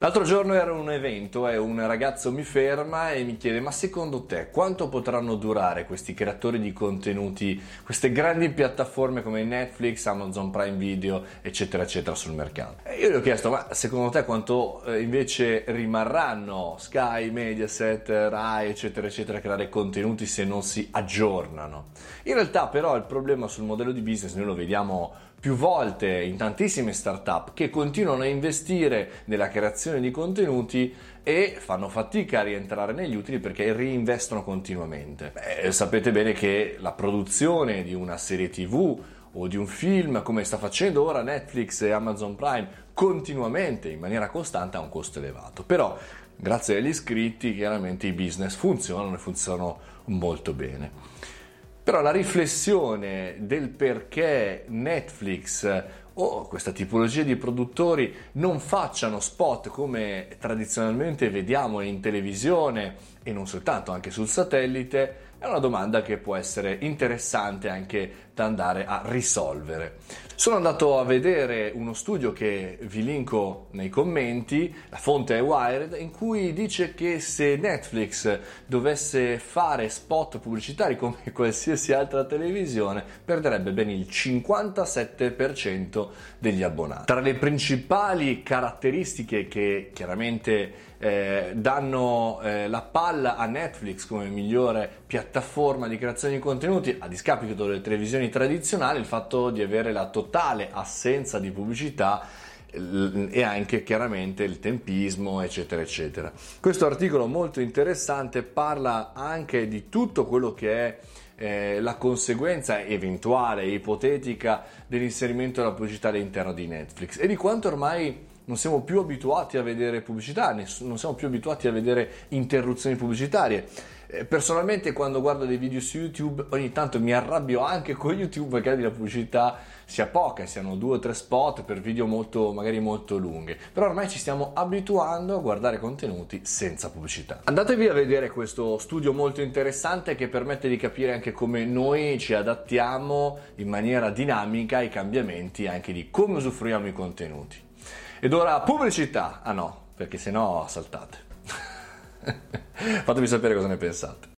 L'altro giorno ero a un evento e un ragazzo mi ferma e mi chiede: ma secondo te quanto potranno durare questi creatori di contenuti, queste grandi piattaforme come Netflix, Amazon Prime Video, eccetera eccetera sul mercato? E io gli ho chiesto: ma secondo te quanto invece rimarranno Sky, Mediaset, Rai, eccetera eccetera a creare contenuti se non si aggiornano? In realtà però il problema sul modello di business noi lo vediamo più volte in tantissime startup che continuano a investire nella creazione di contenuti e fanno fatica a rientrare negli utili perché reinvestono continuamente. Sapete bene che la produzione di una serie TV o di un film, come sta facendo ora Netflix e Amazon Prime, continuamente, in maniera costante, ha un costo elevato. Però, grazie agli iscritti, chiaramente i business funzionano e funzionano molto bene. Però la riflessione del perché Netflix o questa tipologia di produttori non facciano spot come tradizionalmente vediamo in televisione e non soltanto, anche sul satellite, è una domanda che può essere interessante anche da andare a risolvere. Sono andato a vedere uno studio che vi linko nei commenti, la fonte è Wired, in cui dice che se Netflix dovesse fare spot pubblicitari come qualsiasi altra televisione, perderebbe ben il 57% degli abbonati. Tra le principali caratteristiche che chiaramente danno la palla a Netflix come migliore piattaforma di creazione di contenuti a discapito delle televisioni tradizionali, il fatto di avere la totale assenza di pubblicità e anche chiaramente il tempismo, eccetera eccetera. Questo articolo molto interessante parla anche di tutto quello che è la conseguenza eventuale e ipotetica dell'inserimento della pubblicità all'interno di Netflix e di quanto ormai non siamo più abituati a vedere pubblicità, non siamo più abituati a vedere interruzioni pubblicitarie. Personalmente quando guardo dei video su YouTube ogni tanto mi arrabbio anche con YouTube perché la pubblicità sia poca, siano 2 o 3 spot per video magari molto lunghe, però ormai ci stiamo abituando a guardare contenuti senza pubblicità. Andatevi a vedere questo studio molto interessante che permette di capire anche come noi ci adattiamo in maniera dinamica ai cambiamenti anche di come usufruiamo i contenuti. Ed ora pubblicità! Ah no, perché sennò saltate. Fatemi sapere cosa ne pensate.